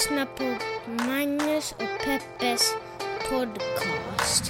lyssnar på Magnus och Peppes podcast.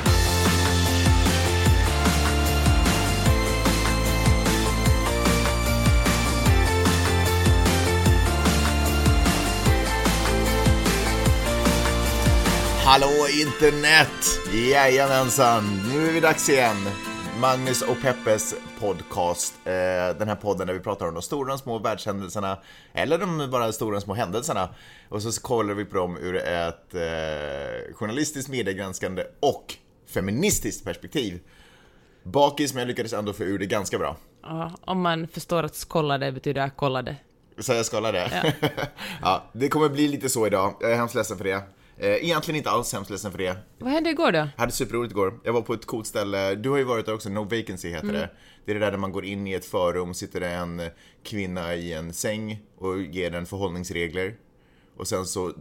Hallå internet! Jajamensan, nu är vi dags igen. Magnus och Peppes podcast. Den här podden där vi pratar om de stora och små världshändelserna, eller de bara stora och små händelserna. Och så kollar vi på dem ur ett journalistiskt, mediegranskande och feministiskt perspektiv. Bakis, men jag lyckades ändå få ur det ganska bra. Ja, om man förstår att skolla det betyder att kolla det. Så jag skallar det? Ja. Ja, det kommer bli lite så idag. Jag är hemskt ledsen för det. Egentligen inte alls hemskt ledsen för det. Vad hände igår då? Jag hade superroligt igår. Jag var på ett coolt ställe. Du har ju varit där också, No Vacancy heter det. Det är det där man går in i ett förrum, sitter det en kvinna i en säng och ger den förhållningsregler. Och sen så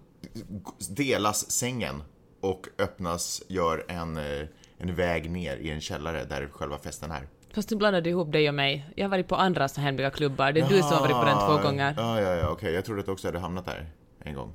delas sängen och öppnas, gör en väg ner i en källare där själva festen är. Fast du blandade ihop dig och mig. Jag har varit på andra så hemliga klubbar. Det är du som har varit på den 2 gånger. Ja, okej. Jag trodde att också hade hamnat där en gång.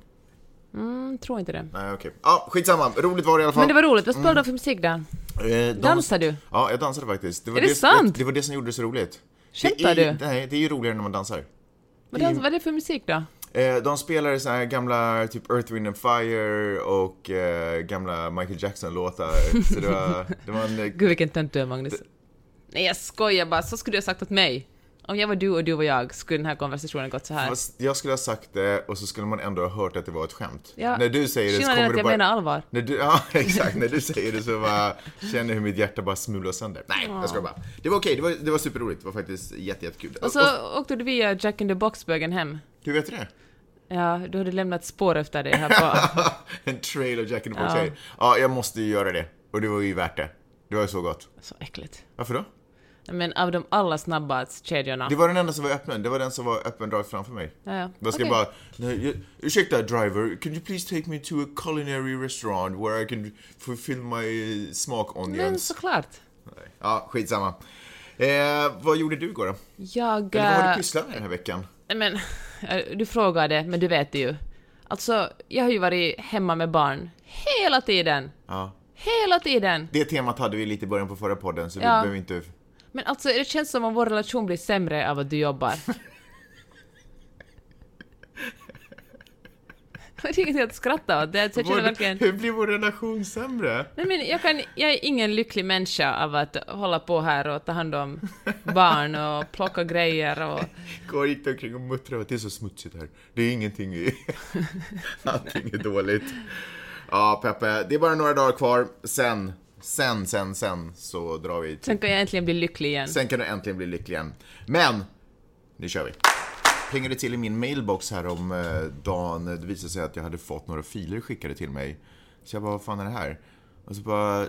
Tror inte det. Nej, okej. Ja, skitsamma. Roligt var det i alla fall. Men det var roligt. Vad spelade du för musik då? Dansar du? Ja, jag dansade faktiskt. Är det sant? Det var det som gjorde det så roligt. Skämtar du? Nej, det är ju roligare när man dansar. Vad är det för musik då? De spelar så här gamla typ Earth, Wind and Fire och gamla Michael Jackson-låtar. Så det var en... Gud, vilken tönt du är, Magnus. Nej, jag skojar bara. Så skulle du ha sagt åt mig. Om jag var du och du var jag, skulle den här konversationen gått så här. Fast jag skulle ha sagt det och så skulle man ändå ha hört att det var ett skämt. Ja, när du säger det så kommer att du jag bara... menar allvar. Ja, exakt. När du säger det så bara känner hur mitt hjärta bara smular sönder. Nej, jag ska bara. Det var okej, det var superroligt. Det var faktiskt jättekul. Och så åkte du via Jack in the Box-bögen hem. Hur vet du det? Ja, du hade lämnat spår efter dig här på... En trail of Jack in the Box. Ja. Ja, jag måste ju göra det. Och det var ju värt det. Det var ju så gott. Så äckligt. Varför då? Men av de alla snabbmatskedjorna. Det var den enda som var öppen. Det var den som var öppen rakt framför mig. Ja. Jag ska bara... Ursäkta driver, can you please take me to a culinary restaurant where I can fulfill my smak onions? Men såklart. Ja, skitsamma. Vad gjorde du igår då? Jag... Eller vad har du pysslat med den här veckan? Men, du frågade, men du vet det ju. Alltså, jag har ju varit hemma med barn hela tiden. Ja. Hela tiden. Det temat hade vi lite i början på förra podden, så vi Ja. behöver inte... Men alltså, det känns som om vår relation blir sämre av att du jobbar. Det är inget att skratta åt. Jag känner verkligen... Hur blir vår relation sämre? Nej, men jag är ingen lycklig människa av att hålla på här och ta hand om barn och plocka grejer och... Går gick omkring och muttrade att det är så smutsigt här. Det är ingenting i... Allting är dåligt. Ja, Peppe, det är bara några dagar kvar. Sen så drar vi till... Sen kan jag äntligen bli lycklig igen. Sen kan du äntligen bli lycklig igen. Men, nu kör vi. Plingade till i min mailbox här om dagen. Det visade sig att jag hade fått några filer skickade till mig. Så jag bara, vad fan är det här? Och så bara...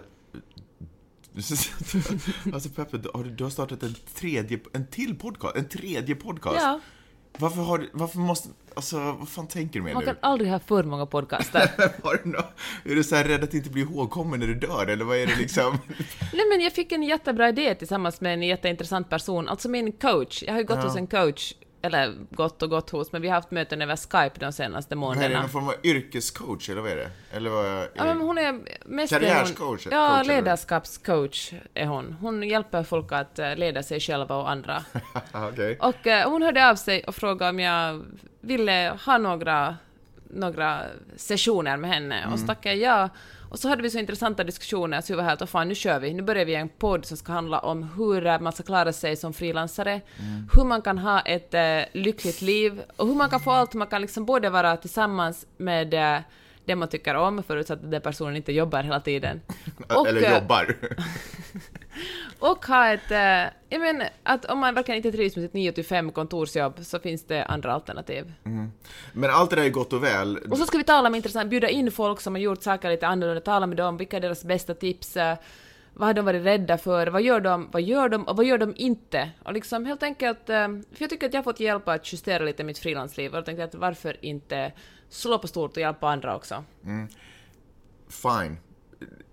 Alltså Peppe, du har startat en tredje podcast. Ja. Varför måste... Alltså, vad fan tänker du med Man nu? kan aldrig ha för många podcaster. Är du så här rädd att inte bli ihågkommen när du dör? Eller vad är det liksom? Nej, men jag fick en jättebra idé tillsammans med en jätteintressant person. Alltså min coach. Jag har ju gått hos en coach. Eller gått hos, men vi har haft möten över Skype de senaste Vad är månaderna. det? Någon form av yrkescoach, eller vad är det? Eller vad är Ja, men hon är mest... Karriärscoach? Ja, ledarskapscoach är hon. Hon hjälper folk att leda sig själva och andra. Okej. Och hon hörde av sig och frågade om jag ville ha några sessioner med henne. Och så tackade jag ja. Och så hade vi så intressanta diskussioner så vi var här att fan, nu kör vi. Nu börjar vi en podd som ska handla om hur man ska klara sig som frilansare. Hur man kan ha ett lyckligt liv. Och hur man kan få allt. Man kan liksom både vara tillsammans med det man tycker om, förutsatt att den personen inte jobbar hela tiden. Och, eller jobbar. Och ha ett... jag menar, att om man verkligen inte trivs med sitt 9-5 kontorsjobb så finns det andra alternativ. Men allt det där är gott och väl. Och så ska vi tala med intressant, bjuda in folk som har gjort saker lite annorlunda, tala med dem, vilka är deras bästa tips, vad har de varit rädda för, vad gör de och vad gör de inte. Och liksom helt enkelt, för jag tycker att jag har fått hjälp att justera lite mitt frilansliv och jag tänkte att varför inte slå på stort och hjälpa andra också. Fine.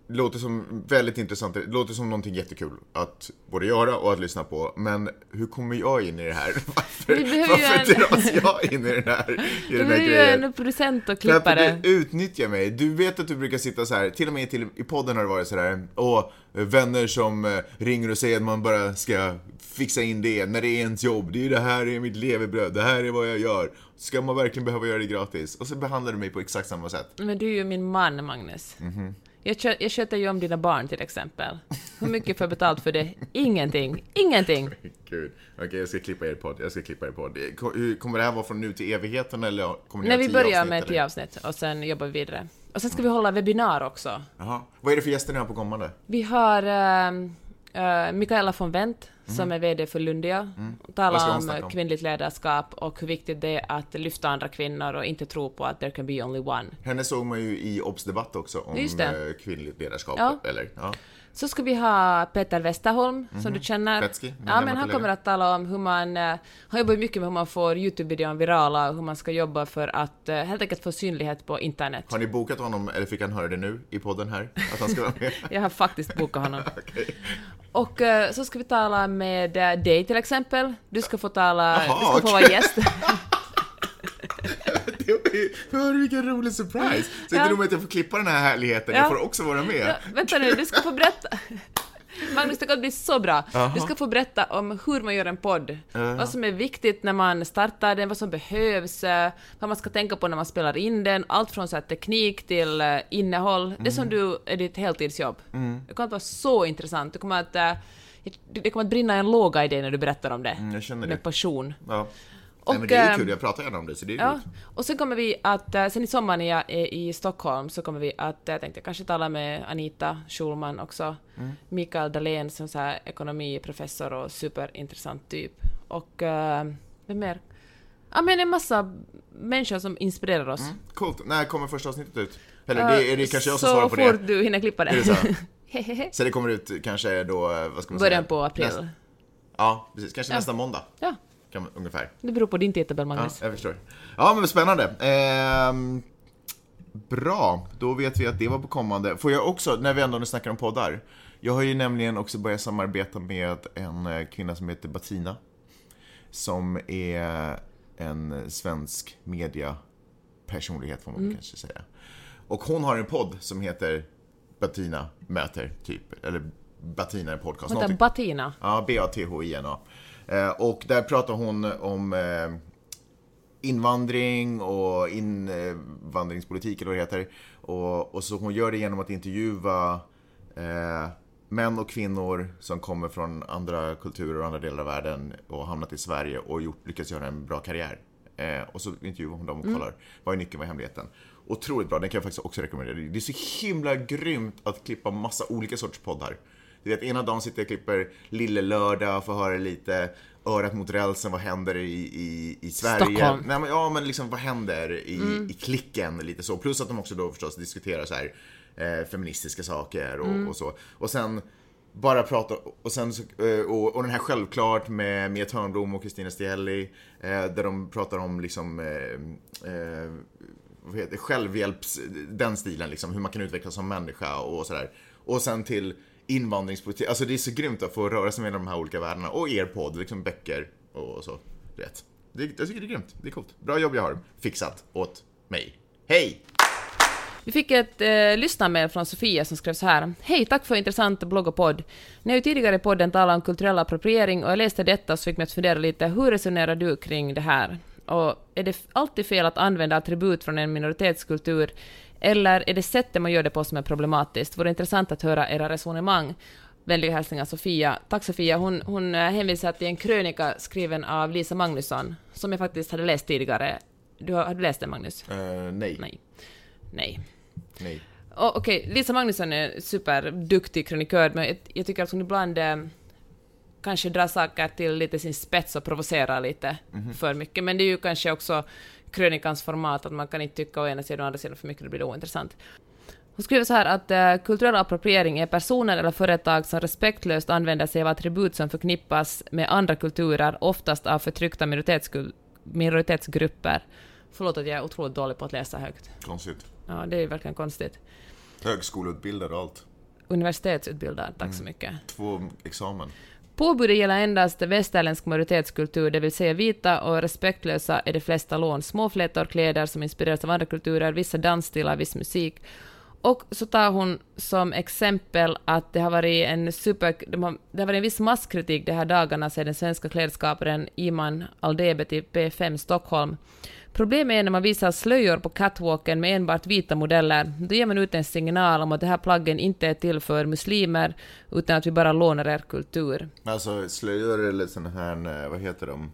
Det låter som väldigt intressant. Det låter som någonting jättekul att både göra och att lyssna på. Men hur kommer jag in i det här? Varför dras jag in i den här Du är ju en producent och klippare. Du utnyttjar mig. Du vet att du brukar sitta så här. Till och med i podden har det varit så där. Vänner som ringer och säger att man bara ska fixa in det när det är ens jobb. Det här är mitt levebröd. Det här är vad jag gör. Ska man verkligen behöva göra det gratis? Och så behandlar du mig på exakt samma sätt. Men du är ju min man, Magnus. Mm-hmm. Jag sköter ju om dina barn till exempel. Hur mycket får jag betalt för det? Ingenting. Gud. Okej, jag ska klippa er podd. Kommer det här vara från nu till evigheten eller kommer När vi börjar med 10 avsnitt och sen jobbar vi vidare. Och sen ska vi hålla webbinar också. Jaha. Vad är det för gäster ni har på kommande? Vi har Mikaela von Wendt som är vd för Lundia. Talar om kvinnligt ledarskap och hur viktigt det är att lyfta andra kvinnor och inte tro på att there can be only one. Henne såg man ju i Obs-debatt också om kvinnligt ledarskap. Ja. Eller, ja. Så ska vi ha Peter Westerholm som du känner. Petski, ja, men han kommer att tala om hur man han jobbar mycket med hur man får YouTube-videon virala och hur man ska jobba för att helt enkelt få synlighet på internet. Har ni bokat honom eller fick han höra det nu i podden här att han ska vara med? Jag har faktiskt bokat honom. Okay. Och så ska vi tala med dig till exempel. Du ska få få vara gäst. Hör du vilken rolig surprise. Så inte nog med att jag får klippa den här härligheten. Jag får också vara med. Ja, vänta nu, du ska få berätta. Magnus, det kommer bli så bra. Du ska få berätta om hur man gör en podd. Vad som är viktigt när man startar den, vad som behövs, vad man ska tänka på när man spelar in den. Allt från så här teknik till innehåll. Det som du är ditt heltidsjobb. Det kommer att vara så intressant. Det kommer att brinna en låga i dig när du berättar om det. Jag känner det. Med passion. Ja. Nej, men det är kul, jag pratar gärna om det, så det är roligt. Och sen kommer vi att, sen i sommar när jag är i Stockholm så kommer vi att, jag tänkte kanske tala med Anita Schulman också, Mikael Dahlén som så här ekonomiprofessor och superintressant typ. Och vem mer? Ja, men en massa människor som inspirerar oss. Coolt. När kommer första avsnittet ut? Eller är det kanske jag som svarar på det? Så fort du hinner klippa det. Är det så? Så det kommer ut kanske då, vad ska man säga? Början på april. Ja, precis. Kanske nästa måndag. Ja. Ungefär. Det beror på din tidtabell, Magnus. Ja, jag förstår. Ja, men spännande. Bra, då vet vi att det var på kommande. Får jag också, när vi ändå nu snackar om poddar. Jag har ju nämligen också börjat samarbeta med en kvinna som heter Bettina. Som är en svensk mediapersonlighet får man kanske säga. Och hon har en podd som heter Bettina möter typ. Eller Bettina är en podcast. Hon heter Bettina. Ja, B-A-T-H-I-N-A. Och där pratar hon om invandring och invandringspolitik eller vad det heter. Och så hon gör det genom att intervjua män och kvinnor som kommer från andra kulturer och andra delar av världen och hamnat i Sverige och lyckats göra en bra karriär. Och så intervjuar hon dem och kollar vad är nyckeln, vad är hemligheten. Otroligt bra, den kan jag faktiskt också rekommendera. Det är så himla grymt att klippa massa olika sorts poddar. Du vet, ena dagen sitter jag och klipper Lille Lördag för att höra lite örat mot rälsen, vad händer i Sverige. Stockholm. Nej, men, men liksom vad händer i klicken lite så. Plus att de också då förstås diskuterar så här feministiska saker och så. Och sen bara prata och sen och den här självklart med Mia Törnblom och Kristina Stielli där de pratar om liksom vad heter självhjälps den stilen liksom, hur man kan utvecklas som människa och sådär. Och sen till invandringspolitik. Alltså det är så grymt att få röra sig med de här olika världarna. Och er podd, liksom böcker och så. Rätt. Jag tycker det är grymt. Det är coolt. Bra jobb jag har fixat åt mig. Hej! Vi fick ett lyssnarmail från Sofia som skrev så här. Hej, tack för intressant blogg och podd. När jag tidigare i podden talade om kulturell appropriering och jag läste detta så fick mig att fundera lite. Hur resonerar du kring det här? Och är det alltid fel att använda attribut från en minoritetskultur? Eller är det sättet man gör det på som är problematiskt? Vore intressant att höra era resonemang. Vänliga hälsningar Sofia. Tack Sofia. Hon hänvisar till en krönika skriven av Lisa Magnusson som jag faktiskt hade läst tidigare. Har du läst den, Magnus? Nej. Okej, Lisa Magnusson är superduktig krönikör, men jag tycker att hon ibland kanske drar saker till lite sin spets och provocerar lite för mycket. Men det är ju kanske också krönikans format, att man kan inte tycka å ena sidan och andra sidan för mycket, det blir ointressant. Hon skriver så här att kulturell appropriering är personer eller företag som respektlöst använder sig av attribut som förknippas med andra kulturer, oftast av förtryckta minoritetsgrupper. Förlåt att jag är otroligt dålig på att läsa högt. Konstigt. Ja, det är verkligen konstigt. Högskoleutbildad och allt. universitetsutbildad, tack så mycket. 2 examen. Påbudet gäller endast västerländsk majoritetskultur, det vill säga vita och respektlösa är de flesta lån, småflätor, kläder som inspireras av andra kulturer, vissa dansstilar, viss musik. Och så tar hon som exempel att det har varit en viss masskritik de här dagarna sedan den svenska klädskaparen Iman Aldebet i P5 Stockholm. Problemet är när man visar slöjor på catwalken med enbart vita modeller. Då ger man ut en signal om att det här plaggen inte är till för muslimer utan att vi bara lånar er kultur. Alltså slöjor eller sån här, vad heter de?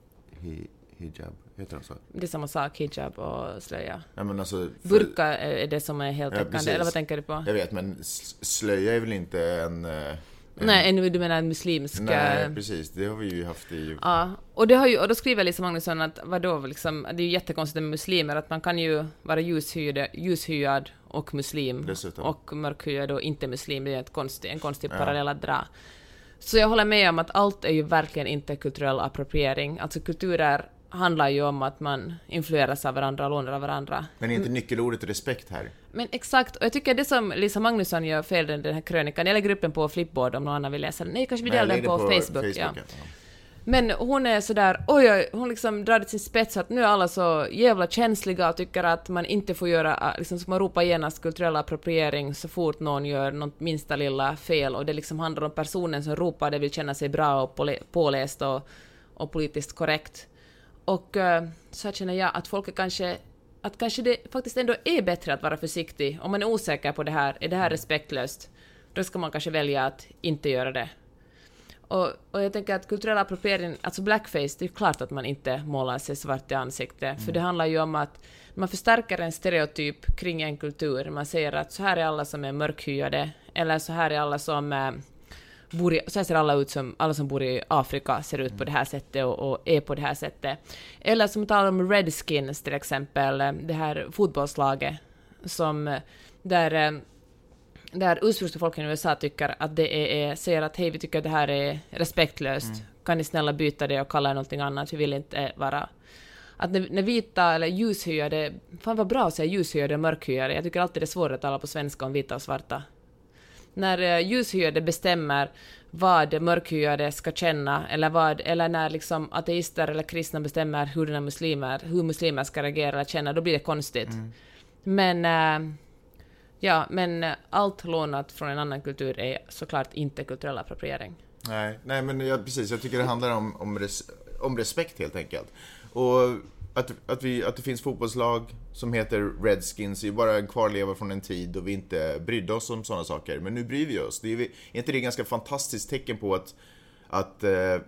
Hijab, heter de så? Det är samma sak, hijab och slöja. Ja, men alltså, burka är det som är helt täckande, eller vad tänker du på? Jag vet, men slöja är väl inte en... Nej, du menar en muslimsk... Nej, precis. Det har vi ju haft i... Ja, och då skriver Lisa Magnusson att vadå, liksom, det är ju jättekonstigt med muslimer, att man kan ju vara ljushyad och muslim. Dessutom. Och mörkhyad och inte muslim. Det är en konstig parallell att dra. Så jag håller med om att allt är ju verkligen inte kulturell appropriering. Alltså kulturer handlar ju om att man influeras av varandra och lånar av varandra. Men är inte nyckelordet respekt här? Men exakt, och jag tycker det som Lisa Magnusson gör fel i den här krönikan, jag lägger upp den på Flipboard om någon annan vill läsa den. Nej, kanske vi delar den på Facebook. Ja. Men hon är sådär, hon liksom drar det sin spets att nu är alla så jävla känsliga och tycker att man inte får göra, liksom som man ropar genast kulturell appropriering så fort någon gör något minsta lilla fel, och det liksom handlar om personen som ropar, det vill känna sig bra och påläst och politiskt korrekt. Och så känner jag att folk är kanske det faktiskt ändå är bättre att vara försiktig. Om man är osäker på det här, är det här respektlöst, då ska man kanske välja att inte göra det. Och jag tänker att kulturell appropriering, alltså blackface, det är klart att man inte målar sig svart i ansiktet. För det handlar ju om att man förstärker en stereotyp kring en kultur. Man säger att så här är alla som är mörkhyade, eller så här är alla som... så här ser alla som bor i Afrika ser ut på det här sättet och är på det här sättet. Eller som talar om Redskins till exempel, det här fotbollslaget som där ursprungsbefolkningen i USA tycker att det säger att hej, vi tycker att det här är respektlöst. Kan ni snälla byta det och kalla det någonting annat, vi vill inte vara... Att när vita eller ljushyade, fan vad bra att säga ljushyade och mörkhyade, jag tycker alltid det är svårt att tala på svenska om vita och svarta. När ljushyade bestämmer vad mörkhyade ska känna, eller när liksom ateister eller kristna bestämmer hur muslimer ska reagera eller känna, då blir det konstigt. Men allt lånat från en annan kultur är såklart inte kulturell appropriering. Nej, men precis, jag tycker det handlar om respekt helt enkelt. Och att det finns fotbollslag som heter Redskins är ju bara en kvarleva från en tid då vi inte brydde oss om sådana saker. Men nu bryr vi oss. Är inte det ett ganska fantastiskt tecken på att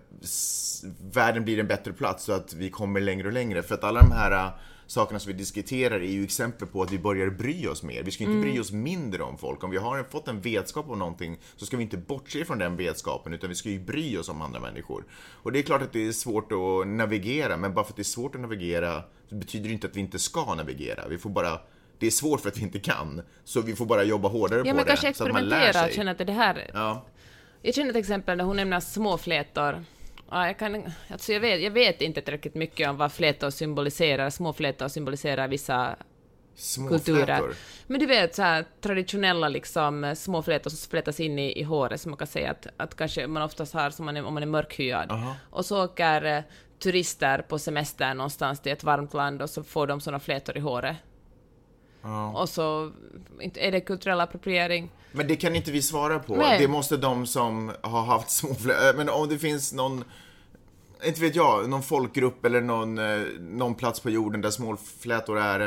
världen blir en bättre plats och att vi kommer längre och längre? För att alla de här sakerna som vi diskuterar är ju exempel på att vi börjar bry oss mer. Vi ska inte bry oss mindre om folk. Om vi har fått en vetskap om någonting så ska vi inte bortse från den vetskapen, utan vi ska ju bry oss om andra människor. Och det är klart att det är svårt att navigera, men bara för att det är svårt att navigera så betyder det inte att vi inte ska navigera. Det är svårt för att vi inte kan, så vi får bara jobba hårdare på det. Ja, men kanske så att man lär sig. experimentera och känna att det här... Ja. Jag känner till exempel när hon nämner småflätor. Ja, jag vet inte tillräckligt mycket om vad flätor symboliserar. Småflätor symboliserar vissa kulturer. Men du vet, så här, traditionella liksom, småflätor som flätas in i håret, som man kan säga att kanske man oftast har som om man är mörkhyad. Och så åker turister på semester någonstans till ett varmt land och så får de sådana flätor i håret. Och så är det kulturell appropriering. Men det kan inte vi svara på. Nej. Det måste de som har haft småflätor. Men om det finns någon, inte vet jag, någon folkgrupp eller någon plats på jorden där småflätor är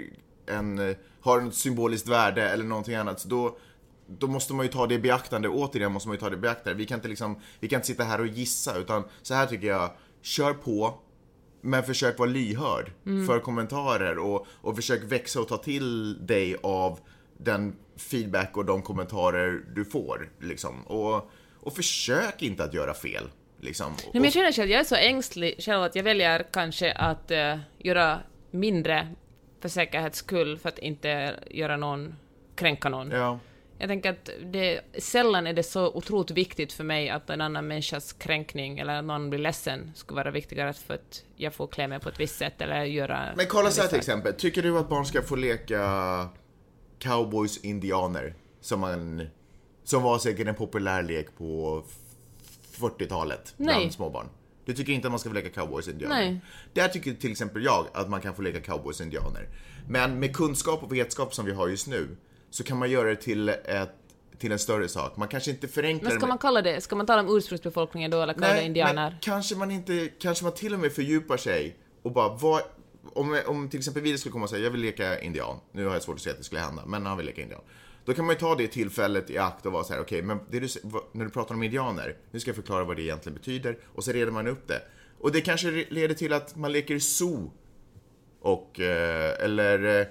har ett symboliskt värde eller någonting annat, så då måste man ju ta det i beaktande. Återigen måste man ju ta det i beaktande. Vi kan inte sitta här och gissa, utan så här tycker jag, kör på, men försök vara lyhörd för kommentarer och försök växa och ta till dig av den feedback och de kommentarer du får liksom. Och försök inte att göra fel liksom. Nej, men jag känner själv, jag är så ängslig själv att jag väljer kanske att göra mindre för säkerhets skull, för att inte kränka någon. Ja. Jag tänker att sällan är det så otroligt viktigt för mig att en annan människas kränkning eller att någon blir ledsen skulle vara viktigare för att jag får klä mig på ett visst sätt eller göra... Men kolla så här till exempel. Tycker du att barn ska få leka cowboys indianer som man Som var säkert en populär lek på 40-talet bland småbarn. Du tycker inte att man ska få leka cowboys och indianer? Nej. Där tycker till exempel jag att man kan få leka cowboys och indianer. Men med kunskap och vetskap som vi har just nu så kan man göra det till en större sak. Man kanske inte förenklar. Men ska man kalla det, ska man tala om ursprungsbefolkningen då eller kalla det indianer? Men kanske man till och med fördjupar sig och bara om till exempel vi skulle komma och säga jag vill leka indian. Nu har jag svårt att säga att det skulle hända, men han vill leka indian. Då kan man ju ta det tillfället i akt och vara så här: okej, men när du pratar om indianer, nu ska jag förklara vad det egentligen betyder, och så reder man upp det. Och det kanske leder till att man leker zoo och eller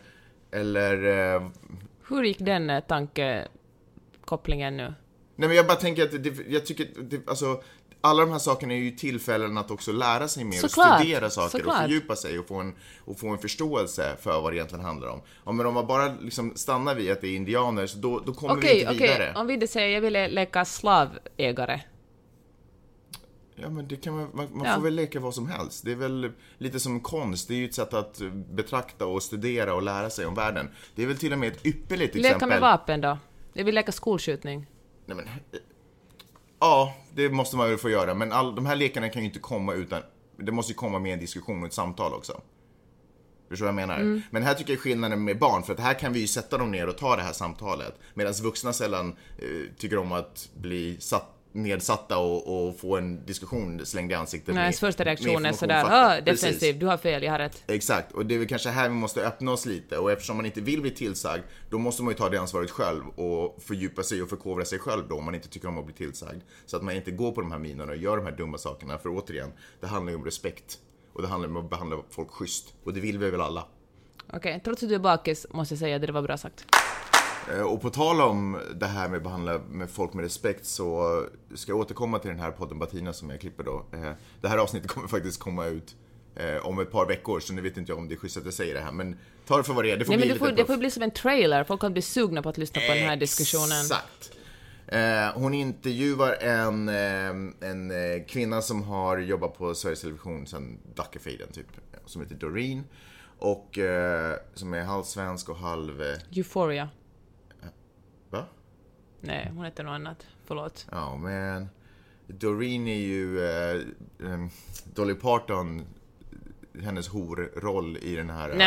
hur gick den tankekopplingen nu? Nej, men jag bara tänker att jag tycker alltså alla de här sakerna är ju tillfällen att också lära sig mer och studera saker och fördjupa sig och få en förståelse för vad det egentligen handlar om. Men om man bara liksom stannar vid att det är indianer, så då kommer vi inte vidare. Okej, om vi säger jag ville leka slavägare. Ja, men det kan man får väl leka vad som helst. Det är väl lite som konst. Det är ju ett sätt att betrakta och studera och lära sig om världen. Det är väl till och med ett ypperligt exempel. Leka med vapen då? Jag vill leka skolskjutning. Nej, men ja, det måste man väl få göra. Men de här lekarna kan ju inte komma utan... Det måste ju komma med en diskussion och ett samtal också. Förstår vad jag menar? Men här tycker jag skillnaden med barn. För att här kan vi ju sätta dem ner och ta det här samtalet. Medan vuxna sällan tycker om att bli nedsatta och få en diskussion slängd i ansiktet. Nej, första reaktionen är sådär, defensivt, du har fel, jag har rätt. Exakt, och det är väl kanske här vi måste öppna oss lite. Och eftersom man inte vill bli tillsagd, då måste man ju ta det ansvaret själv och fördjupa sig och förkovra sig själv då, om man inte tycker om att bli tillsagd. Så att man inte går på de här minorna och gör de här dumma sakerna. För återigen, det handlar ju om respekt. Och det handlar om att behandla folk schysst. Och det vill vi väl alla. Okej, trots att du är bakis måste jag säga att det var bra sagt. Och på tal om det här med att behandla med folk med respekt, så ska jag återkomma till den här podden Batina som jag klipper då. Det här avsnittet kommer faktiskt komma ut om ett par veckor, så nu vet inte jag om det är schysst att jag säger det här, men ta det för vad det är. Det får bli lite det får bli som en trailer. Folk kommer bli sugna på att lyssna på den här diskussionen. Exakt. Hon intervjuar en kvinna som har jobbat på Sveriges Television sedan Dackefejden typ, som heter Doreen, och som är halvsvensk och halv... Euphoria. Va? Nej, hon heter något annat. Förlåt. Ja, men Doreen är ju Dolly Parton, hennes horroll i den här...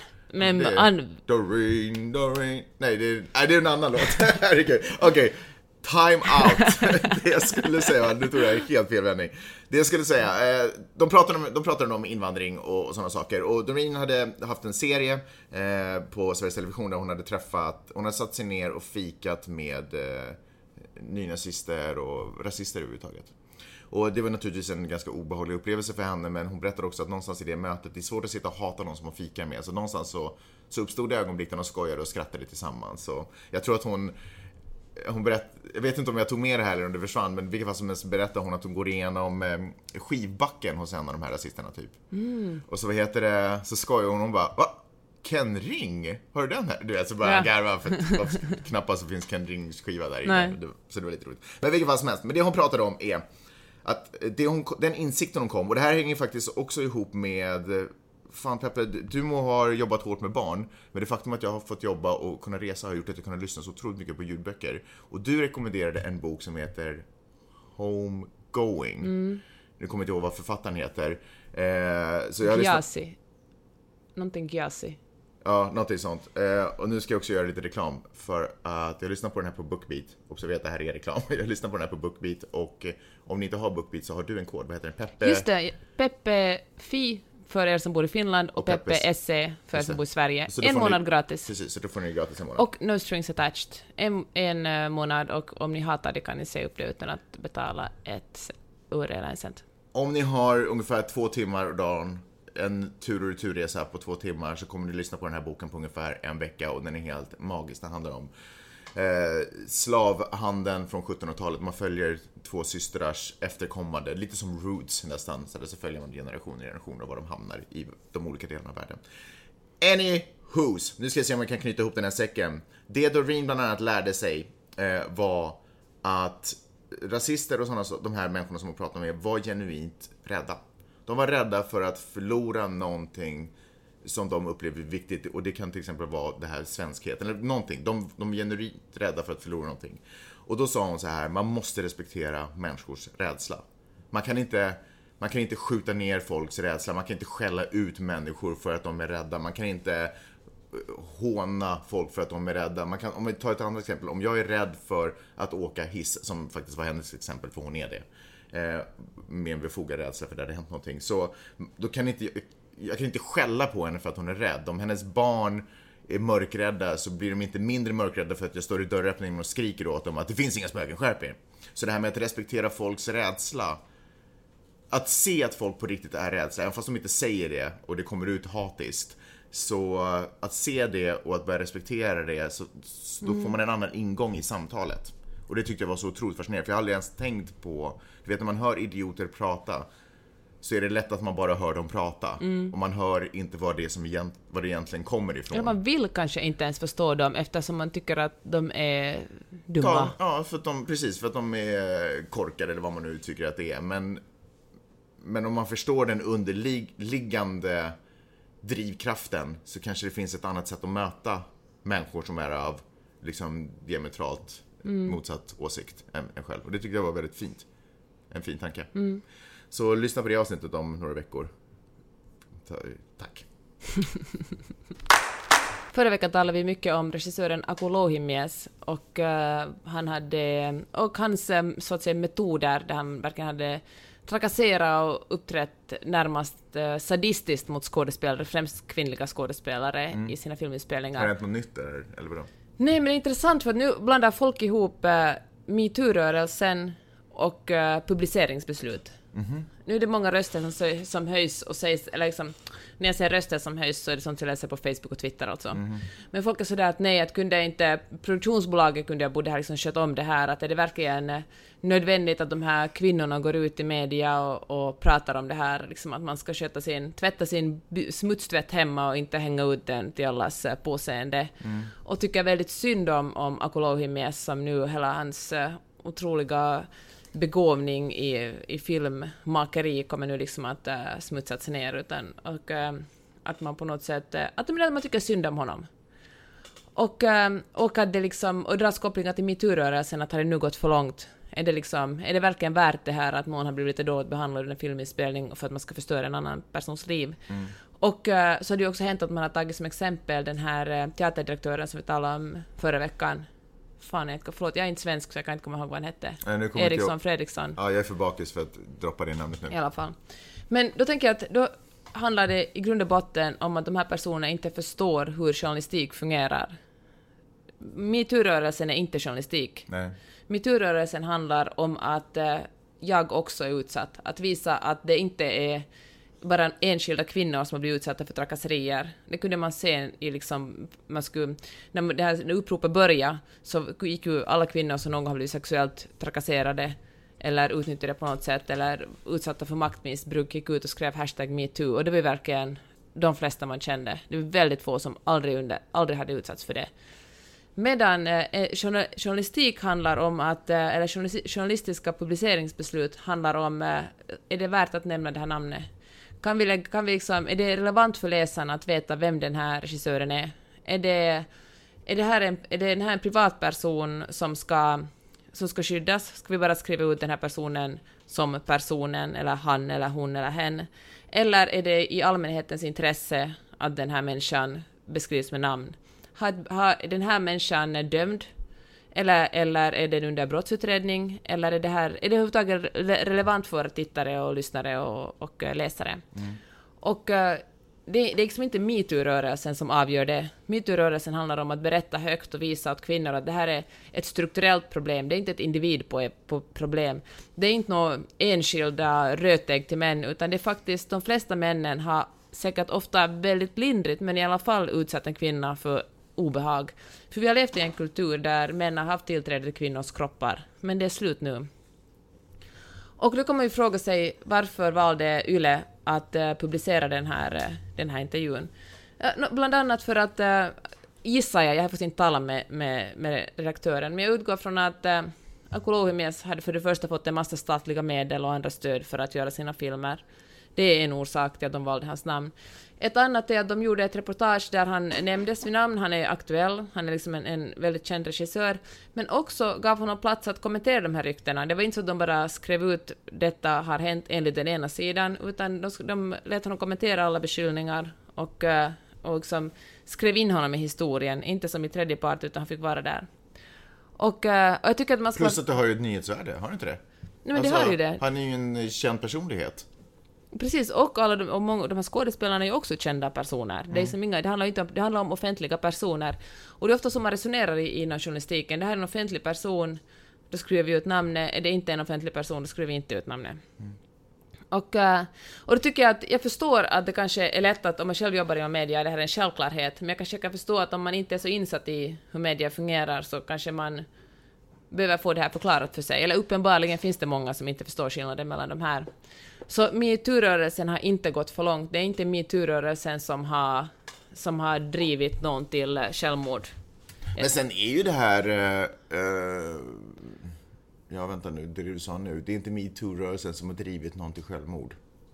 Doreen. Nej, det är en annan låt. Herregud. Okej. Time out. Det jag skulle säga, nu tror jag är helt fel vändning. Det jag skulle säga, de pratade om invandring och sådana saker. Och Doreen hade haft en serie på Sveriges Television där hon hade satt sig ner och fikat med nynazister och rasister överhuvudtaget. Och det var naturligtvis en ganska obehaglig upplevelse för henne, men hon berättade också att någonstans i det mötet, det är svårt att sitta och hata någon som man fikar med. Så någonstans så uppstod det ögonblick där de skojade och skrattade tillsammans. Så jag tror att hon jag vet inte om jag tog med det här eller om det försvann, men vilket fall som helst berättar hon att hon går igenom skivbacken hos en av de här rasisterna typ. Och så så skojar hon bara, va? Ken Ring? Har du den här? Du vet, så bara garva för att knappast så finns Ken Rings skiva där inne. Så det var lite roligt. Men vilket fall som helst, men det hon pratade om är att den insikten hon kom, och det här hänger faktiskt också ihop med... Fan Peppe, du må ha jobbat hårt med barn, men det faktum att jag har fått jobba och kunna resa har gjort att jag kunnat lyssna så otroligt mycket på ljudböcker. Och du rekommenderade en bok som heter Homegoing. Nu kommer inte ihåg vad författaren heter. Så jag Gyasi. Någonting Gyasi. Ja, någonting sånt. Och nu ska jag också göra lite reklam för att jag lyssnar på den här på BookBeat. Observera att det här är reklam. Jag lyssnar på den här på BookBeat, och om ni inte har BookBeat så har du en kod. Vad heter den? Peppe? Just det, Peppe Fi för er som bor i Finland och Peppe SE för er som bor i Sverige. En månad gratis. Precis, så då får ni gratis en månad. Och no strings attached. En månad, och om ni hatar det kan ni se upp det utan att betala ett öre eller en cent. Om ni har ungefär 2 timmar dagen, en tur- och returresa på 2 timmar, så kommer ni lyssna på den här boken på ungefär en vecka, och den är helt magisk. Den handlar om slavhandeln från 1700-talet. Man följer 2 systrars efterkommande, lite som Roots nästan, så följer man generationer och var de hamnar i de olika delarna av världen. Anywho's, nu ska jag se om jag kan knyta ihop den här säcken. Det Doreen bland annat lärde sig var att rasister och sådana, de här människorna som hon pratade med, var genuint rädda. De var rädda för att förlora någonting som de upplever viktigt, och det kan till exempel vara det här svenskheten eller någonting. De är genuint rädda för att förlora någonting. Och då sa hon så här: man måste respektera människors rädsla. Man kan inte skjuta ner folks rädsla. Man kan inte skälla ut människor för att de är rädda. Man kan inte håna folk för att de är rädda. Om vi tar ett annat exempel. Om jag är rädd för att åka hiss, som faktiskt var hennes exempel, för hon är det, med en befogad rädsla för det hade hänt någonting, så då kan jag kan inte skälla på henne för att hon är rädd. Om hennes barn är mörkrädda så blir de inte mindre mörkrädda för att jag står i dörröppningen och skriker åt dem att det finns inga spöken, skärp er. Så det här med att respektera folks rädsla, att se att folk på riktigt är rädsla, även fast de inte säger det och det kommer ut hatiskt, så att se det och att börja respektera det, så då får man en annan ingång i samtalet. Och det tyckte jag var så otroligt fascinerande, för jag har aldrig ens tänkt på, du vet när man hör idioter prata, så är det lätt att man bara hör dem prata. Och man hör inte vad det egentligen kommer ifrån. Eller man vill kanske inte ens förstå dem eftersom man tycker att de är dumma. Ja, för att de är korkade eller vad man nu tycker att det är. Men om man förstår den underliggande drivkraften, så kanske det finns ett annat sätt att möta människor som är av liksom diametralt motsatt åsikt än själv. Och det tycker jag var väldigt fint. En fin tanke. Så lyssna på det avsnittet om några veckor. Tack. Förra veckan talade vi mycket om regissören Aku Louhimies och hans så att säga metoder där han verkligen hade trakasserat och uppträtt närmast sadistiskt mot skådespelare, främst kvinnliga skådespelare i sina filminspelningar. Har det hänt något nytt eller vadå? Nej, men det är intressant för att nu blandar folk ihop MeToo-rörelsen och publiceringsbeslut. Nu är det många röster som höjs och sägs, eller liksom, när jag säger röster som höjs så är det sånt jag läser på Facebook och Twitter alltså. Men folk är sådär att nej, att kunde inte produktionsbolaget borde ha liksom kört om det här, att är det verkligen nödvändigt att de här kvinnorna går ut i media och pratar om det här, liksom att man ska tvätta sin smutstvätt hemma och inte hänga ut den till allas påseende. Och tycker väldigt synd om Aku Louhimies, som nu hela hans otroliga begåvning i filmmakeri kommer nu liksom att smutsats ner, och att man på något sätt att man tycker synd om honom. Och att det liksom, och dras kopplingar till MeToo-rörelsen, att har det nu gått för långt. Är det verkligen värt det här att någon har blivit lite dåligt behandlad i en filminspelning för att man ska förstöra en annan persons liv? Och så har det ju också hänt att man har tagit som exempel den här teaterdirektören som vi talade om förra veckan. Förlåt, jag är inte svensk så jag kan inte komma ihåg vad han hette. Eriksson, Fredriksson. Ja, jag är för bakis för att droppa det namnet nu. I alla fall. Men då tänker jag att då handlar det i grund och botten om att de här personerna inte förstår hur journalistik fungerar. MeToo-rörelsen är inte journalistik. Nej. MeToo-rörelsen handlar om att jag också är utsatt. Att visa att det inte är bara enskilda kvinnor som har blivit utsatta för trakasserier. Det kunde man se i liksom, när det här uppropet började så gick ju alla kvinnor som någon har blivit sexuellt trakasserade eller utnyttjade på något sätt eller utsatta för maktmissbruk gick ut och skrev #MeToo, och det var verkligen de flesta man kände. Det var väldigt få som aldrig hade utsatts för det. Medan journalistik handlar om att, eller journalistiska publiceringsbeslut handlar om, är det värt att nämna det här namnet? Kan vi liksom, är det relevant för läsarna att veta vem den här regissören är? Är det en privatperson som ska skyddas? Ska vi bara skriva ut den här personen som personen, eller han, eller hon, eller hen? Eller är det i allmänhetens intresse att den här människan beskrivs med namn? Är den här människan dömd? Eller är det under brottsutredning? Eller är det överhuvudtaget relevant för tittare och lyssnare och läsare? Och det är liksom inte MeToo-rörelsen som avgör det. MeToo-rörelsen handlar om att berätta högt och visa åt kvinnor att det här är ett strukturellt problem. Det är inte ett individ på problem. Det är inte några enskilda rötägg till män, utan det är faktiskt de flesta männen har säkert ofta väldigt lindrigt, men i alla fall utsatt en kvinna för obehag. För vi har levt i en kultur där män har haft tillträde till kvinnors kroppar. Men det är slut nu. Och då kommer man ju fråga sig, varför valde Yle att publicera den här intervjun? Bland annat för att, gissar jag har faktiskt inte talat med redaktören, men jag utgår från att Aku Louhimies hade för det första fått en massa statliga medel och andra stöd för att göra sina filmer. Det är en orsak till att de valde hans namn. Ett annat är att de gjorde ett reportage där han nämndes vid namn. Han är aktuell, han är liksom en väldigt känd regissör. Men också gav honom plats att kommentera de här ryktena. Det var inte så att de bara skrev ut detta har hänt enligt den ena sidan, utan de lät honom kommentera alla beskyllningar och liksom skrev in honom i historien. Inte som i tredje part, utan han fick vara där. Och jag tycker att man ska... Plus att det har ju ett nyhetsvärde, har det inte det? Nej, men det har ju det. Han är ju en känd personlighet. Precis, och alla och många, de här skådespelarna är ju också kända personer. Det är som det handlar inte om, det handlar om offentliga personer. Och det är ofta som man resonerar inom journalistiken. Det här är en offentlig person, då skriver vi ut namnet. Är det inte en offentlig person, då skriver vi inte ut namnet. Och då tycker jag att jag förstår att det kanske är lätt att om man själv jobbar i media, det här är en självklarhet. Men jag kanske kan förstå att om man inte är så insatt i hur media fungerar så kanske man behöver få det här förklarat för sig. Eller uppenbarligen finns det många som inte förstår skillnaden mellan de här. Så MeToo-rörelsen har inte gått för långt. Det är inte MeToo-rörelsen som har drivit någon till självmord. Men sen är ju det här... ja, vänta nu, det du sa nu. Det är inte MeToo-rörelsen som har drivit någon till självmord.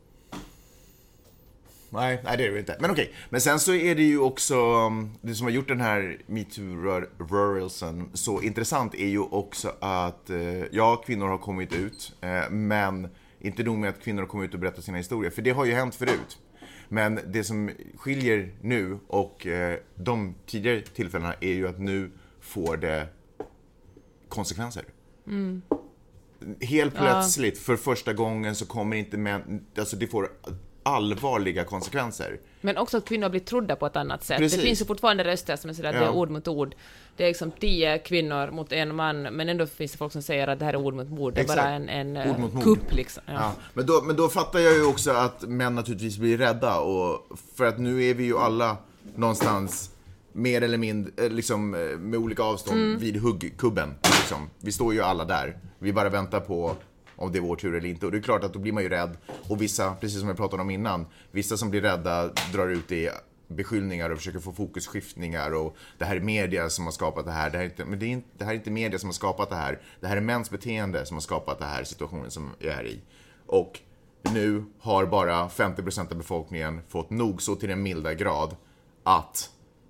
Nej, det är det inte. Men okej. Men sen så är det ju också... Det som har gjort den här MeToo-rörelsen så intressant är ju också att... ja, kvinnor har kommit ut. Men inte nog med att kvinnor har kommit ut och berättat sina historier. För det har ju hänt förut. Men det som skiljer nu och de tidigare tillfällena är ju att nu får det konsekvenser. Helt plötsligt, för första gången så kommer inte män... Alltså det får allvarliga konsekvenser. Men också att kvinnor blir trodda på ett annat sätt. Precis. Det finns ju fortfarande röster som är sådär, det är ord mot ord. Det är liksom 10 kvinnor mot en man, men ändå finns det folk som säger att det här är ord mot ord. Det är bara en kupp liksom. Ja. Men då fattar jag ju också att män naturligtvis blir rädda. Och för att nu är vi ju alla någonstans mer eller mindre liksom, med olika avstånd vid huggkubben. Liksom. Vi står ju alla där. Vi bara väntar på om det är vår tur eller inte. Och det är klart att då blir man ju rädd. Och vissa, precis som jag pratade om innan, vissa som blir rädda drar ut i beskyllningar och försöker få fokusskiftningar. Och det här är media som har skapat det här. Det här är inte media som har skapat det här. Det här är mäns beteende som har skapat det här situationen som jag är i. Och nu har bara 50% av befolkningen fått nog så till en milda grad att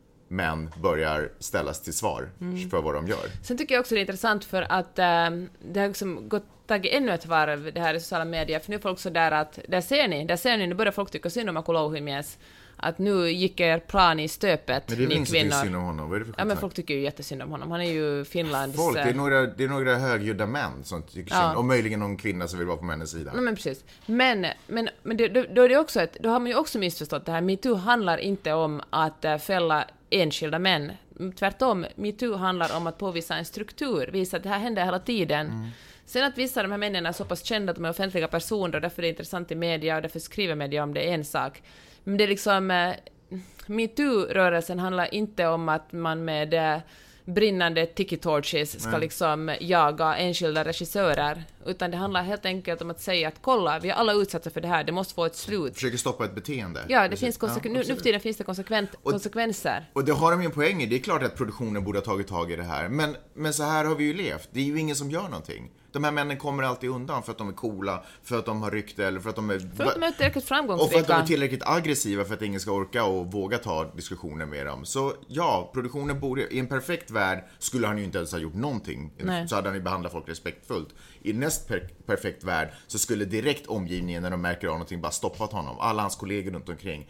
män börjar ställas till svar för vad de gör. Sen tycker jag också det är intressant för att det har liksom tagit ännu ett varv det här i sociala medier. För nu är folk så där att, där ser ni, nu börjar folk tycka synd om Akulouhimies. Att nu gick er plan i stöpet, ni kvinnor. Men det är inte synd om honom. Vad är det för men folk tycker ju jättesynd om honom. Han är ju Finlands... Folk, det är några högljudda män som tycker synd. Och möjligen någon kvinna som vill vara på männens sida. Men precis. Men då är det också då har man ju också missförstått det här. MeToo handlar inte om att fälla enskilda män. Tvärtom, MeToo handlar om att påvisa en struktur. Visa att det här händer hela tiden. Sen att vissa av de här männen är så pass kända att de är offentliga personer och därför är det intressant i media och därför skriver media om det är en sak. Men det är liksom... MeToo-rörelsen handlar inte om att man med brinnande tiki-torches ska liksom jaga enskilda regissörer. Utan det handlar helt enkelt om att säga att kolla, vi är alla utsatta för det här, det måste få ett slut. Försöker stoppa ett beteende. Ja, det finns nu för tiden finns det konsekvenser. Och det har de ju en poäng i. Det är klart att produktionen borde ha tagit tag i det här. Men så här har vi ju levt. Det är ju ingen som gör någonting. De här männen kommer alltid undan för att de är coola, för att de har rykte eller för att de är... För att de är tillräckligt framgångsrika. Och för att de är tillräckligt aggressiva för att ingen ska orka och våga ta diskussioner med dem. Så ja, produktionen borde... I en perfekt värld skulle han ju inte ens ha gjort någonting. Nej. Så hade han ju behandlat folk respektfullt. I näst perfekt värld så skulle direkt omgivningen när de märker av någonting bara stoppat honom. Alla hans kollegor runt omkring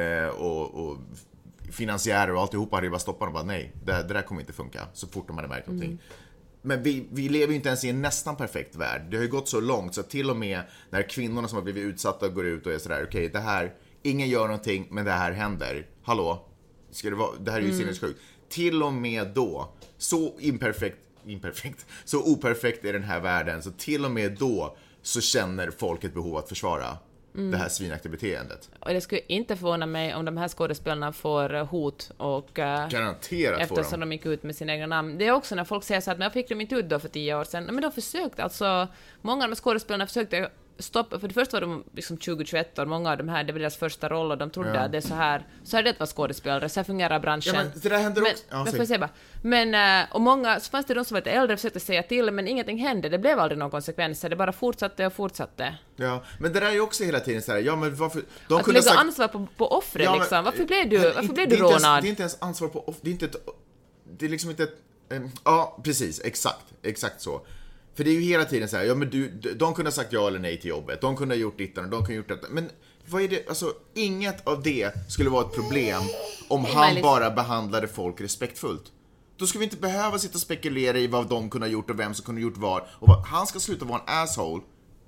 och finansiärer och alltihopa hade ju bara stoppat honom. Bara, nej, det där kommer inte funka så fort de hade märkt någonting. Men vi lever ju inte ens i en nästan perfekt värld. Det har ju gått så långt så att till och med när kvinnorna som har blivit utsatta går ut och är sådär, okej, det här, ingen gör någonting men det här händer. Hallå, det här är ju sinnessjukt. Till och med då, så så operfekt är den här världen, så till och med då så känner folk ett behov att försvara det här svinaktiga beteendet. Och det skulle inte förvåna mig om de här skådespelarna får hot och garanterat eftersom de gick ut med sina egna namn. Det är också när folk säger så att men jag fick dem inte ut då för 10 år sedan. Men de försökte, alltså många av de skådespelarna försökte stoppa, för det första var de liksom 20-21 år, många av de här, det var deras första roll och de trodde att det är så här är det att vara skådespelare, så här fungerar branschen. Ja, men det där händer också. Men får jag säga bara. Men, och många, så fanns det de som var lite äldre och försökte säga till, men ingenting hände, det blev aldrig någon konsekvenser, det bara fortsatte. Ja, men det där är ju också hela tiden så här, ja men varför... Att lägga ansvar på offret Ja, liksom, varför blev du det rånad? Det är inte ens ansvar på offret, det är liksom inte ett... Ja, precis, exakt så. För det är ju hela tiden så här, ja men de kunde ha sagt ja eller nej till jobbet, de kunde ha gjort dittan och de kunde ha gjort detta. Men vad är det, alltså inget av det skulle vara ett problem om han bara behandlade folk respektfullt. Då skulle vi inte behöva sitta och spekulera i vad de kunde ha gjort och vem som kunde ha gjort vad. Och han ska sluta vara en asshole.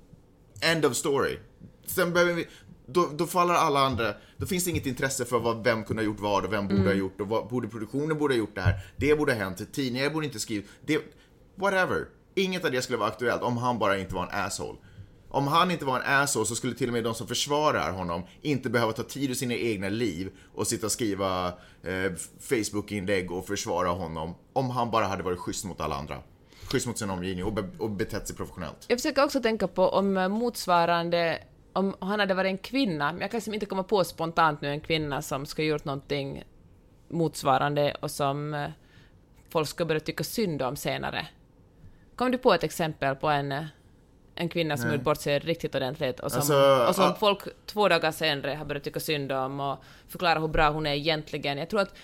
End of story. Sen behöver vi... Då faller alla andra, då finns det inget intresse för vem kunde ha gjort vad och vem borde ha gjort och vad borde produktionen borde ha gjort det här. Det borde ha hänt, tidningar borde inte skriva det, whatever. Inget av det skulle vara aktuellt om han bara inte var en asshole. Om han inte var en asshole så skulle till och med de som försvarar honom inte behöva ta tid ur sina egna liv och sitta och skriva Facebook-inlägg och försvara honom. Om han bara hade varit schysst mot alla andra. Schysst mot sin omgivning och betett sig professionellt. Jag försöker också tänka på om motsvarande, om han hade varit en kvinna, men jag kan liksom inte komma på spontant nu en kvinna som ska ha gjort någonting motsvarande och som folk ska börja tycka synd om senare. Kom du på ett exempel på en kvinna som gjort bort sig riktigt ordentligt och som folk 2 dagar senare har börjat tycka synd om och förklara hur bra hon är egentligen. Jag tror att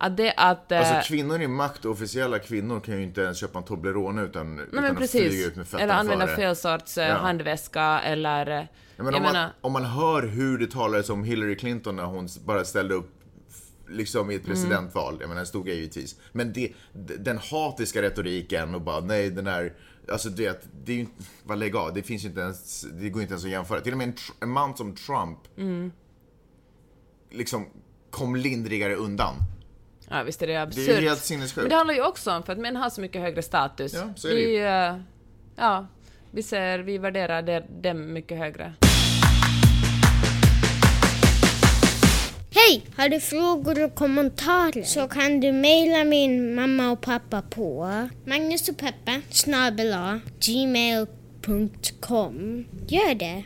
alltså kvinnor i makt, officiella kvinnor kan ju inte ens köpa en Toblerone utan att flyga ut med fötterna. Eller använda fel sorts handväska eller... Om man hör hur det talades om Hillary Clinton när hon bara ställde upp liksom i ett presidentval, jag menar, stod jag givetvis. Men den hatiska retoriken och bara, nej, den här, alltså det är ju inte, vad lägg av, det finns ju inte ens, det går inte ens att jämföra. Till och med en man som Trump liksom kom lindrigare undan. Ja, visst är det absurt. Det är helt sinnessjukt. Men det handlar ju också om, för att män har så mycket högre status. Ja, så är det. Vi värderar dem mycket högre. Hej! Har du frågor och kommentarer så kan du mejla min mamma och pappa på magnusochpeppe@gmail.com. Gör det!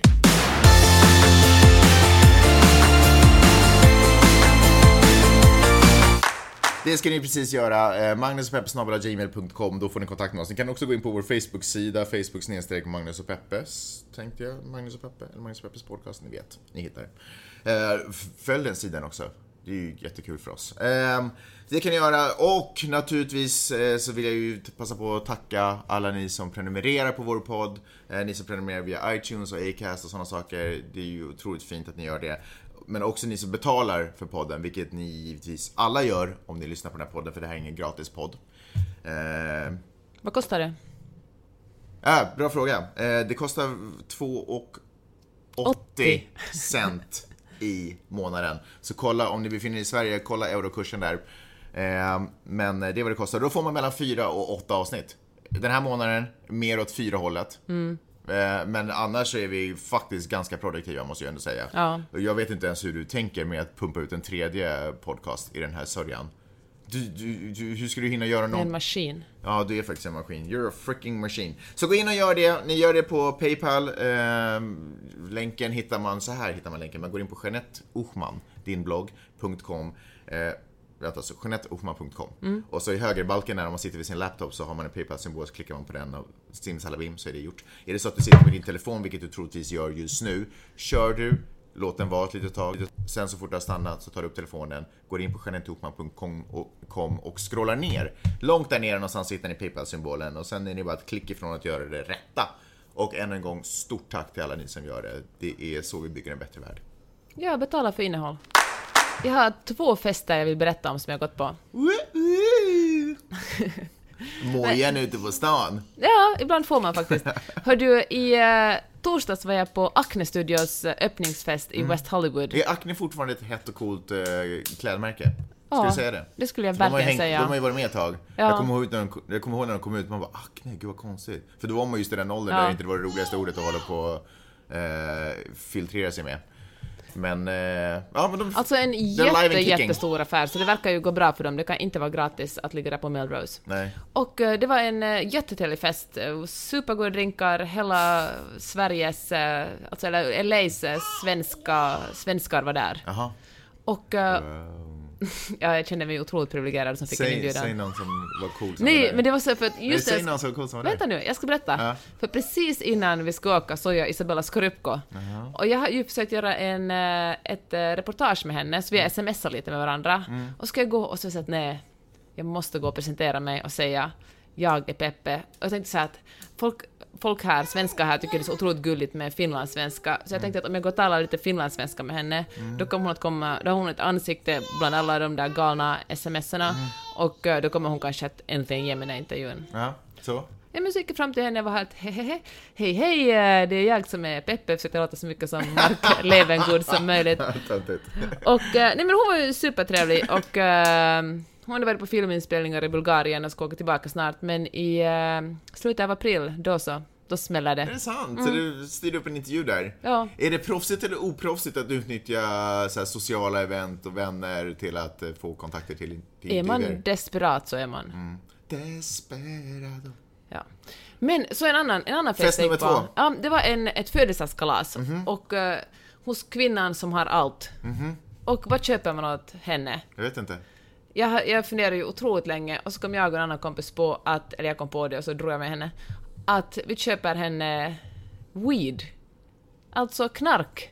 Det ska ni precis göra. magnusochpeppe@gmail.com. Då får ni kontakt med oss. Ni kan också gå in på vår Facebook-sida, Facebook/Magnus och Peppes, tänkte jag. Magnus och Peppe, eller Magnus och Peppes podcast, ni vet. Ni hittar det. Följ den sidan också. Det är ju jättekul för oss. Det kan ni göra. Och naturligtvis så vill jag ju passa på att tacka alla ni som prenumererar på vår podd. Ni som prenumererar via iTunes och Acast och sådana saker. Det är ju otroligt fint att ni gör det. Men också ni som betalar för podden, vilket ni givetvis alla gör om ni lyssnar på den här podden, för det här är ingen gratis podd. Vad kostar det? Bra fråga. Det kostar 2,80 cent i månaden. Så kolla, om ni befinner er i Sverige, kolla eurokursen där. Men det är vad det kostar. Då får man mellan 4 och 8 avsnitt. Den här månaden mer åt 4-hållet. Men annars så är vi faktiskt ganska produktiva, måste jag ändå säga. Ja. Jag vet inte ens hur du tänker med att pumpa ut en 3:e podcast i den här sörjan. Hur ska du hinna göra något? En maskin. Ja, du är faktiskt en maskin. You're a freaking machine. Så gå in och gör det. Ni gör det på PayPal. Länken hittar man så här. Man går in på jeanetteochman.com. Alltså jeanetteochman.com. Och så i högerbalken när man sitter vid sin laptop så har man en PayPal-symbol, så klickar man på den och simsalabim så är det gjort. Är det så att du sitter med din telefon, vilket du troligtvis gör just nu, kör du, låt den vara ett litet tag. Sen så fort du har stannat så tar du upp telefonen, går in på jeanetteochman.com och scrollar ner. Långt där nere någonstans hittar ni PayPal-symbolen och sen är ni bara ett klick ifrån att göra det rätta. Och än en gång, stort tack till alla ni som gör det. Det är så vi bygger en bättre värld. Ja, betala för innehåll. Jag har 2 fester jag vill berätta om som jag gått på. Mojan ute på stan. Ja, ibland får man faktiskt. Hör du, i torsdags var jag på Acne Studios öppningsfest i West Hollywood. Är Acne fortfarande ett hett och coolt klädmärke? Skulle du säga det? Det skulle jag verkligen säga. De har ju varit med ett tag. Ja. Jag kommer ihåg när de kom ut, man bara, Acne, gud vad konstigt. För då var man just i den åldern där inte det var det roligaste ordet att hålla på filtrera sig med. Men, ja, men alltså en jättestor affär, så det verkar ju gå bra för dem. Det kan inte vara gratis att ligga där på Melrose. Nej. Och det var en jättetrevlig fest. Supergoda drinkar, hela Sveriges, alltså eller LAs svenskar var där. Jaha. Och ja, jag kände mig otroligt privilegierad som fick en inbjudan. Säg någon som var cool som Nej, var där. men det var så för att just säg någon som var cool som var där. Vänta nu, jag ska berätta. Ja. För precis innan vi ska åka så jag Isabella Skorupko. Och jag har ju försökt göra ett reportage med henne, så vi smsar lite med varandra. Och ska jag gå och så säga att nej, jag måste gå och presentera mig och säga jag är Peppe. Och jag tänkte så här att folk här, svenskar här, tycker det är så otroligt gulligt med finlandssvenska. Så jag tänkte att om jag går och talar lite finlandssvenska med henne, då har hon ett ansikte bland alla de där galna sms'erna. Och då kommer hon kanske att äntligen ge mig den intervjun. Ja, så? Ja, men så gick jag fram till henne och var helt hej, det är jag som är Peppe, försökte låta så mycket som Mark Levengood som möjligt. Och nej, men hon var ju supertrevlig och hon hade varit på filminspelningar i Bulgarien och ska åka tillbaka snart, men i slutet av april, då smällde det. Är det sant? Så du styrde upp en intervju där? Ja. Är det proffsigt eller oproffsigt att utnyttja så här sociala event och vänner till att få kontakter till intervjuer? Är man desperat så är man. Desperado. Ja. Men så en annan fest nummer 2. Ja, det var ett födelsedagskalas och hos kvinnan som har allt. Och vad köper man åt henne? Jag vet inte. Jag funderade ju otroligt länge och så kom jag och en annan kompis på eller jag kom på det och så drog jag med henne, att vi köper henne weed. Alltså knark.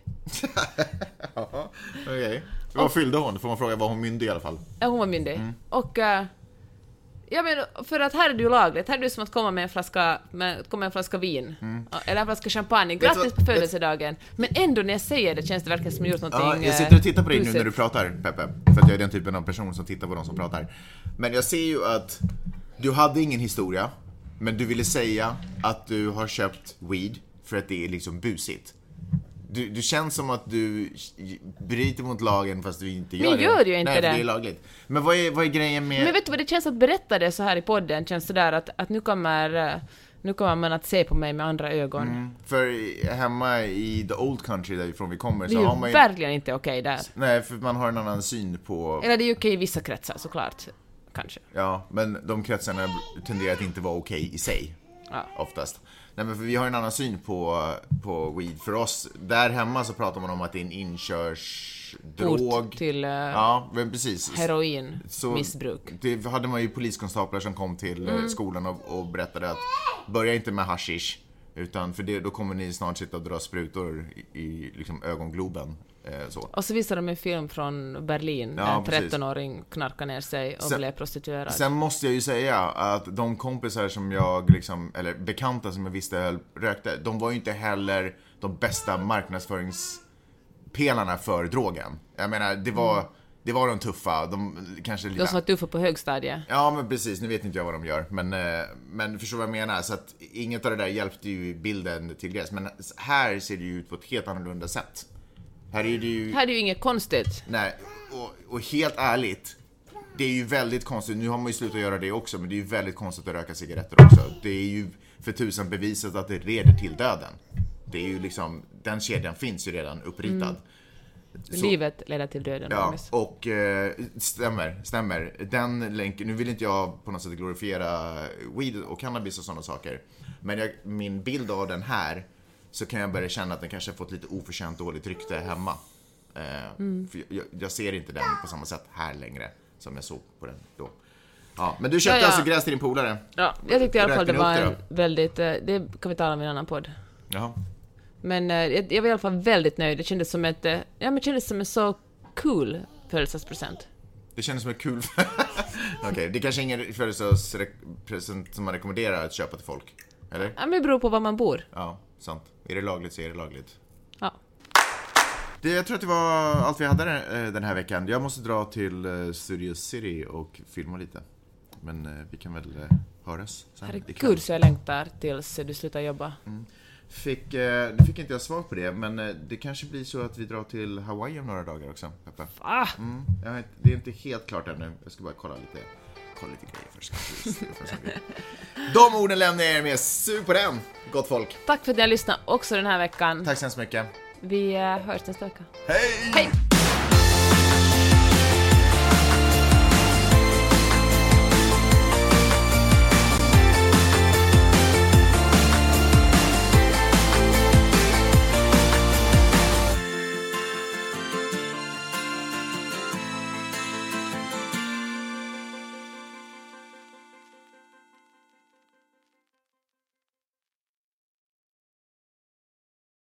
Okej. Vad fyllde hon? Får man fråga, var hon myndig i alla fall? Ja, hon var myndig. Och ja, men för att här är det ju lagligt. Här är det som att komma med en flaska vin. Eller en flaska champagne. Grattis på födelsedagen. Men ändå när jag säger det känns det verkligen som att jag gjort någonting. Ja, jag sitter och tittar på dig nu när du pratar, Peppe. För att jag är den typen av person som tittar på de som pratar. Men jag ser ju att du hade ingen historia, men du ville säga att du har köpt weed för att det är liksom busigt. Du känns som att du bryter mot lagen fast du inte gör det. Men gör ju inte det. Nej, det är lagligt. Men vad är grejen med... Men vet du vad det känns att berätta det så här i podden? Känns det där att nu kommer man att se på mig med andra ögon. För hemma i the old country därifrån vi kommer så har man ju verkligen inte okej där. Nej, för man har en annan syn på... Eller det är ju okej i vissa kretsar såklart. Kanske. Ja, men de kretsarna tenderar att inte vara okej i sig. Ja. Oftast. Nej, men för vi har en annan syn på weed. För oss, där hemma så pratar man om att det är en inkörsdrog. Till ja, men precis. Heroin, missbruk. Det hade man ju poliskonstaplar som kom till skolan och berättade att börja inte med hashish. Utan för då kommer ni snart sitta och dra sprutor i liksom ögongloben. Så. Och så visade de en film från Berlin där en 13-åring knarkade ner sig och blev prostituerad. Sen måste jag ju säga att de kompisar som jag liksom, eller bekanta som jag visste rökte, de var ju inte heller de bästa marknadsföringspelarna för drogen. Jag menar, det var de tuffa, de kanske... De som var tuffa på högstadiet. Ja, men precis, nu vet inte jag vad de gör. Men förstår vad jag menar, så att inget av det där hjälpte ju bilden till gräs. Men här ser det ju ut på ett helt annorlunda sätt. Här är det ju inget konstigt. Nej, och helt ärligt, det är ju väldigt konstigt. Nu har man ju slutat göra det också, men det är ju väldigt konstigt att röka cigaretter också. Det är ju för tusan bevisat att det leder till döden. Det är ju liksom, den kedjan finns ju redan uppritad. Livet leder till döden. Ja, och stämmer. Den länken, nu vill inte jag på något sätt glorifiera weed och cannabis och sådana saker. Men min bild av den här, så kan jag börja känna att den kanske har fått lite oförtjänt dåligt rykte hemma. För jag ser inte den på samma sätt här längre som jag såg på den då. Ja, men du köpte alltså gräs till din polare. Ja, jag tyckte i alla fall det var en väldigt... det kan vi tala om i en annan podd. Jaha. Men jag var i alla fall väldigt nöjd. Det kändes som en så cool födelsedagspresent. Det kändes som ett kul... Okej, det kanske är ingen födelsedagspresent som man rekommenderar att köpa till folk, eller? Ja, men det beror på var man bor. Ja, sant. Är det lagligt så är det lagligt. Ja. Jag tror att det var allt vi hade den här veckan. Jag måste dra till Studio City och filma lite. Men vi kan väl höras sen. Herregud, så jag längtar tills du slutar jobba. Fick inte jag svar på det, men det kanske blir så att vi drar till Hawaii om några dagar också, Peppe. Det är inte helt klart ännu. Jag ska bara kolla lite grejer först. De orden lämnar jag er med. Sug på den, gott folk. Tack för att ni har lyssnat också den här veckan. Tack så hemskt mycket. Vi hörs nästa vecka. Hej! Hej!